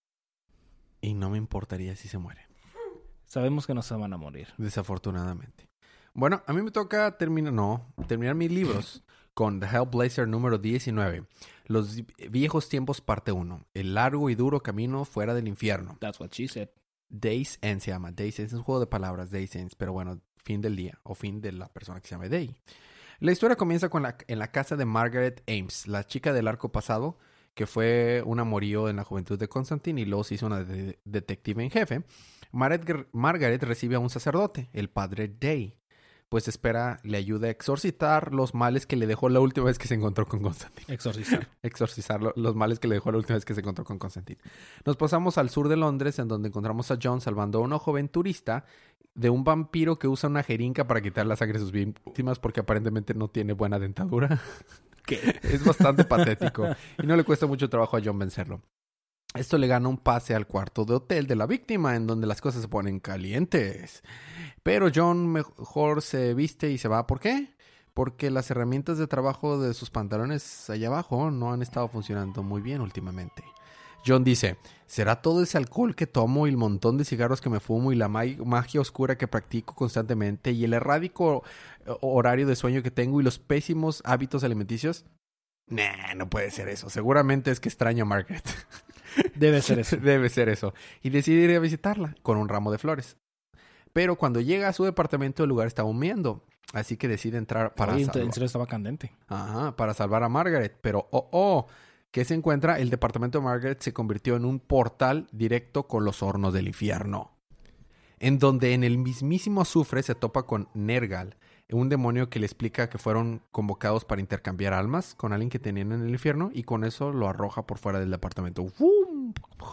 Y no me importaría si se mueren. Sabemos que no se van a morir. Desafortunadamente. Bueno, a mí me toca terminar... No, terminar mis libros con The Hellblazer número diecinueve. Los viejos tiempos parte uno. El largo y duro camino fuera del infierno. That's what she said. Day's End se llama. Day's End es un juego de palabras, Day's End. Pero bueno, fin del día. O fin de la persona que se llama Day. La historia comienza con la, en la casa de Margaret Ames, la chica del arco pasado, que fue un amorío en la juventud de Constantine y luego se hizo una de- detective en jefe. Margaret, Margaret recibe a un sacerdote, el padre Day. Pues espera, le ayuda a exorcitar los males que le dejó la última vez que se encontró con Constantine. Exorcizar. Exorcizar lo, los males que le dejó la última vez que se encontró con Constantine. Nos pasamos al sur de Londres, en donde encontramos a John salvando a una joven turista de un vampiro que usa una jeringa para quitar la sangre de sus víctimas porque aparentemente no tiene buena dentadura. ¿Qué? Es bastante patético y no le cuesta mucho trabajo a John vencerlo. Esto le gana un pase al cuarto de hotel de la víctima, en donde las cosas se ponen calientes. Pero John mejor se viste y se va. ¿Por qué? Porque las herramientas de trabajo de sus pantalones allá abajo no han estado funcionando muy bien últimamente. John dice, ¿será todo ese alcohol que tomo y el montón de cigarros que me fumo y la mag- magia oscura que practico constantemente y el errático horario de sueño que tengo y los pésimos hábitos alimenticios? Nah, no puede ser eso. Seguramente es que extraño a Margaret. Debe ser eso. Debe ser eso. Y decide ir a visitarla con un ramo de flores. Pero cuando llega a su departamento, el lugar está humeando. Así que decide entrar para Oye, salvar. en serio estaba candente. Ajá, para salvar a Margaret. Pero, oh, oh, ¿qué se encuentra? El departamento de Margaret se convirtió en un portal directo con los hornos del infierno. En donde en el mismísimo azufre se topa con Nergal, un demonio que le explica que fueron convocados para intercambiar almas con alguien que tenían en el infierno y con eso lo arroja por fuera del departamento. ¡Fum!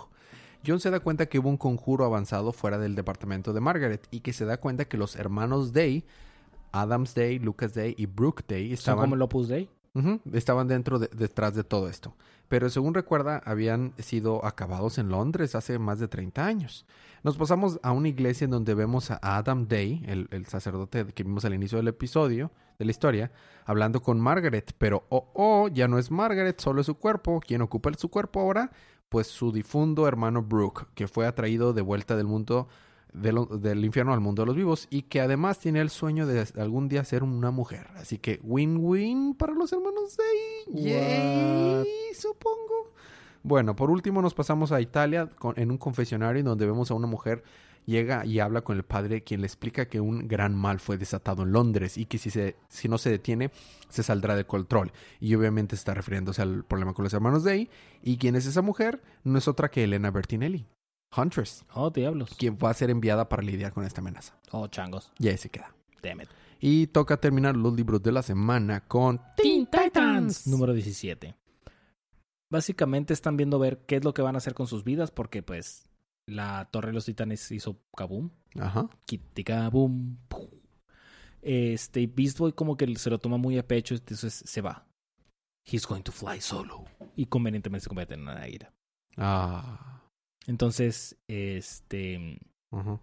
John se da cuenta que hubo un conjuro avanzado fuera del departamento de Margaret y que se da cuenta que los hermanos Day, Adams Day, Lucas Day y Brooke Day ¿Son estaban, como el Opus Dei? Ujú, estaban dentro de, detrás de todo esto. Pero según recuerda, habían sido acabados en Londres hace más de treinta años. Nos pasamos a una iglesia en donde vemos a Adam Day, el, el sacerdote que vimos al inicio del episodio, de la historia, hablando con Margaret. Pero, oh, oh, ya no es Margaret, solo es su cuerpo. ¿Quién ocupa su cuerpo ahora? Pues su difunto hermano Brooke, que fue atraído de vuelta del mundo del, del infierno al mundo de los vivos y que además tiene el sueño de algún día ser una mujer. Así que win-win para los hermanos Day. Yay, supongo. Bueno, por último nos pasamos a Italia con, en un confesionario en donde vemos a una mujer llega y habla con el padre, quien le explica que un gran mal fue desatado en Londres y que si, se, si no se detiene, se saldrá de control. Y obviamente está refiriéndose al problema con los hermanos Day. ¿Y quién es esa mujer? No es otra que Elena Bertinelli, Huntress, Oh, diablos. quien va a ser enviada para lidiar con esta amenaza. Oh, changos. Y ahí se queda. Damn it. Y toca terminar los libros de la semana con Teen Titans. Número diecisiete. Básicamente están viendo ver qué es lo que van a hacer con sus vidas porque, pues, la Torre de los Titanes hizo kaboom. Ajá. Kitty kaboom. Pum. Este, Beast Boy como que se lo toma muy a pecho, entonces se va. He's going to fly solo. Y convenientemente se convierte en una águila. Ah. Entonces, este... Ajá.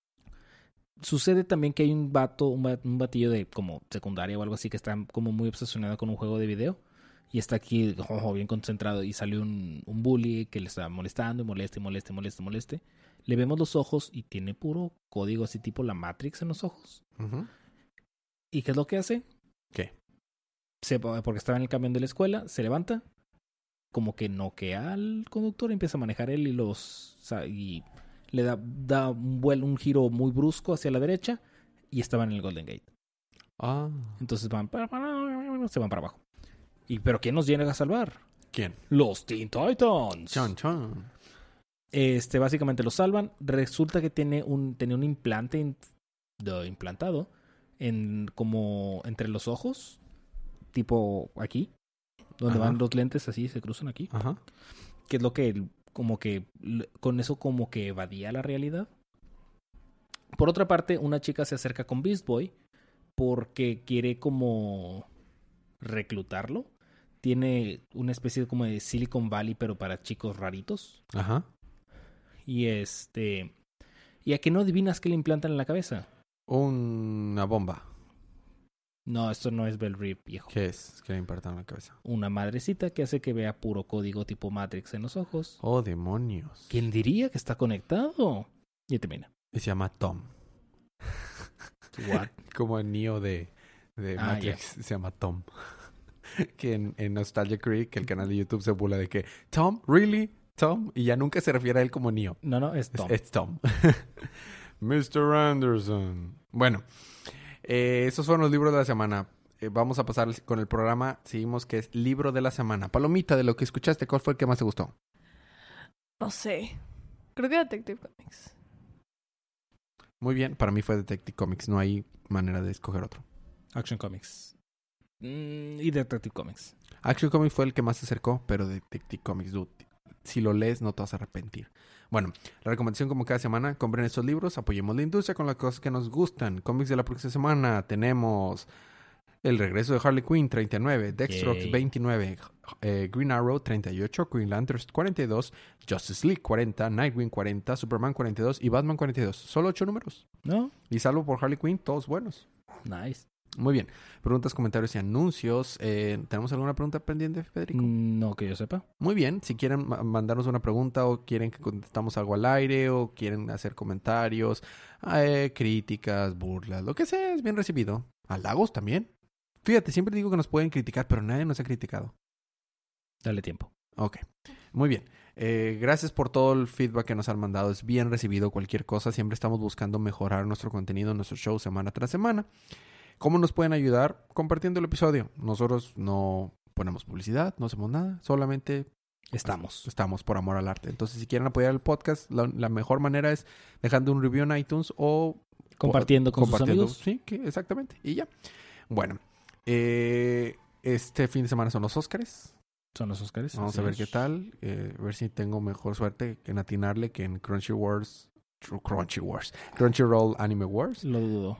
Sucede también que hay un vato, un, bat, un batillo de como secundaria o algo así que está como muy obsesionado con un juego de video. Y está aquí oh, bien concentrado y salió un, un bully que le está molestando y moleste, moleste, moleste, moleste. Le vemos los ojos y tiene puro código así tipo la Matrix en los ojos. Ajá. ¿Y qué es lo que hace? ¿Qué? Se, porque estaba en el camión de la escuela, se levanta, como que noquea al conductor, empieza a manejar él y los... O sea, y le da, da un vuelo, un giro muy brusco hacia la derecha y estaban en el Golden Gate. Ah. Entonces van para, se van para abajo. ¿Y pero quién nos llega a salvar? ¿Quién? Los Teen Titans. Chan, chan. Este, básicamente lo salvan. Resulta que tiene un, tenía un implante in, de, implantado en como entre los ojos, tipo aquí, donde Ajá. van los lentes así, se cruzan aquí. Ajá. Que es lo que, como que, con eso como que evadía la realidad. Por otra parte, una chica se acerca con Beast Boy porque quiere como reclutarlo. Tiene una especie de como de Silicon Valley, pero para chicos raritos. Ajá. Y este... ¿Y a qué no adivinas qué le implantan en la cabeza? Una bomba. No, esto no es Bell Rip, viejo. ¿Qué es? ¿Qué le impacta en la cabeza? Una madrecita que hace que vea puro código tipo Matrix en los ojos. Oh, demonios. ¿Quién diría que está conectado? Y termina. Y se llama Tom. What? Como el Neo de, de Ah, Matrix. Se llama Tom. Que en, en Nostalgia Creek, el canal de YouTube, se burla de que Tom, really? Tom. Y ya nunca se refiere a él como Neo. No, no, es Es, Tom. es Tom. mister Anderson. Bueno, eh, esos fueron los libros de la semana. Eh, vamos a pasar con el programa. Seguimos que es libro de la semana. Palomita, de lo que escuchaste, ¿cuál fue el que más te gustó? No sé. Creo que Detective Comics. Muy bien, para mí fue Detective Comics. No hay manera de escoger otro. Action Comics. Mm, y Detective Comics. Action Comics fue el que más se acercó, pero Detective Comics, dude, si lo lees no te vas a arrepentir. Bueno, la recomendación como cada semana, compren estos libros, apoyemos la industria con las cosas que nos gustan. Cómics de la próxima semana tenemos El regreso de Harley Quinn, treinta y nueve, Deathstroke, veintinueve, eh, Green Arrow, treinta y ocho, Green Lantern, cuarenta y dos, Justice League, cuarenta, Nightwing, cuarenta, Superman, cuarenta y dos y Batman, cuarenta y dos. Solo ocho números. ¿No? Y salvo por Harley Quinn, todos buenos. Nice. Muy bien. Preguntas, comentarios y anuncios. Eh, ¿Tenemos alguna pregunta pendiente, Federico? No que yo sepa. Muy bien. Si quieren ma- mandarnos una pregunta o quieren que contestamos algo al aire o quieren hacer comentarios, eh, críticas, burlas, lo que sea, es bien recibido. Halagos también. Fíjate, siempre digo que nos pueden criticar, pero nadie nos ha criticado. Dale tiempo. Ok. Muy bien. Eh, gracias por todo el feedback que nos han mandado. Es bien recibido cualquier cosa. Siempre estamos buscando mejorar nuestro contenido, nuestro show semana tras semana. ¿Cómo nos pueden ayudar? Compartiendo el episodio. Nosotros no ponemos publicidad, no hacemos nada. Solamente Estamos. estamos por amor al arte. Entonces, si quieren apoyar el podcast, la, la mejor manera es dejando un review en iTunes o... Compartiendo con sus amigos. Sí, que, exactamente. Y ya. Bueno. Eh, este fin de semana son los Óscares. Son los Óscares. Vamos así a ver es. qué tal. Eh, a ver si tengo mejor suerte en atinarle que en Crunchy Wars. Crunchy Wars. Crunchyroll Anime Wars. Lo dudo.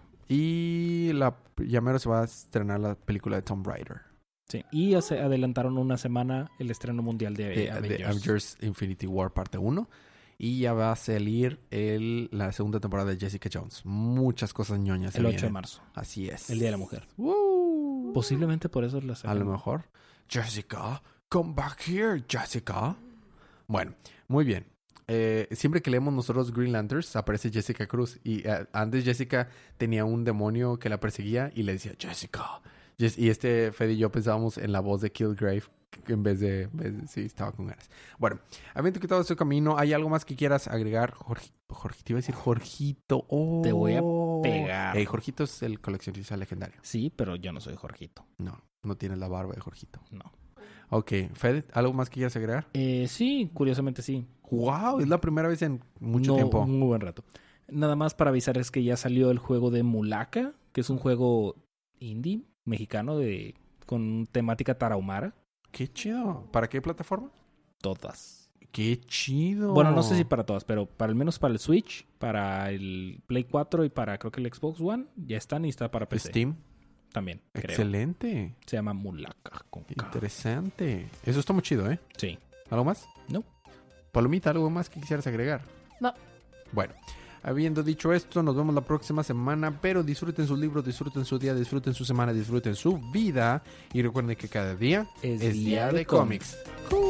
Y la ya mero se va a estrenar la película de Tomb Raider. Sí. Y hace- adelantaron una semana el estreno mundial de, De, de Avengers. Avengers Infinity War parte uno. Y ya va a salir el, la segunda temporada de Jessica Jones. Muchas cosas ñoñas. se El ocho de vienen. marzo. Así es. El Día de la Mujer. ¡Woo! Posiblemente por eso la A sacan. lo mejor. Jessica, come back here, Jessica. Bueno, muy bien. Eh, siempre que leemos nosotros Green Lanterns, aparece Jessica Cruz. Y eh, antes Jessica tenía un demonio que la perseguía y le decía Jessica. Yes- y este Fede y yo pensábamos en la voz de Kilgrave En vez de, en vez de- Sí, estaba con ganas. Bueno, habiendo quitado ese camino, ¿hay algo más que quieras agregar? Jorge, Jorge te iba a decir Jorgito. Oh. Te voy a pegar. Ey, Jorgito es el coleccionista legendario. Sí, pero yo no soy Jorgito. No, no tiene la barba de Jorgito. No. Ok, Fede, ¿algo más que quieras agregar? Eh, sí, curiosamente sí. Wow, es la primera vez en mucho No, tiempo. Un muy buen rato. Nada más para avisarles que ya salió el juego de Mulaka, que es un juego indie mexicano de con temática tarahumara. Qué chido. ¿Para qué plataforma? Todas. Qué chido. Bueno, no sé si para todas, pero para al menos para el Switch, para el Play cuatro y para creo que el Xbox One ya están y está para P C Steam. también, creo. Excelente. Se llama Mulaka con K. Interesante. Eso está muy chido, ¿eh? Sí. ¿Algo más? No. Palomita, ¿algo más que quisieras agregar? No. Bueno, habiendo dicho esto, nos vemos la próxima semana, pero disfruten su libro, disfruten su día, disfruten su semana, disfruten su vida y recuerden que cada día Es es día día de de cómics. cómics.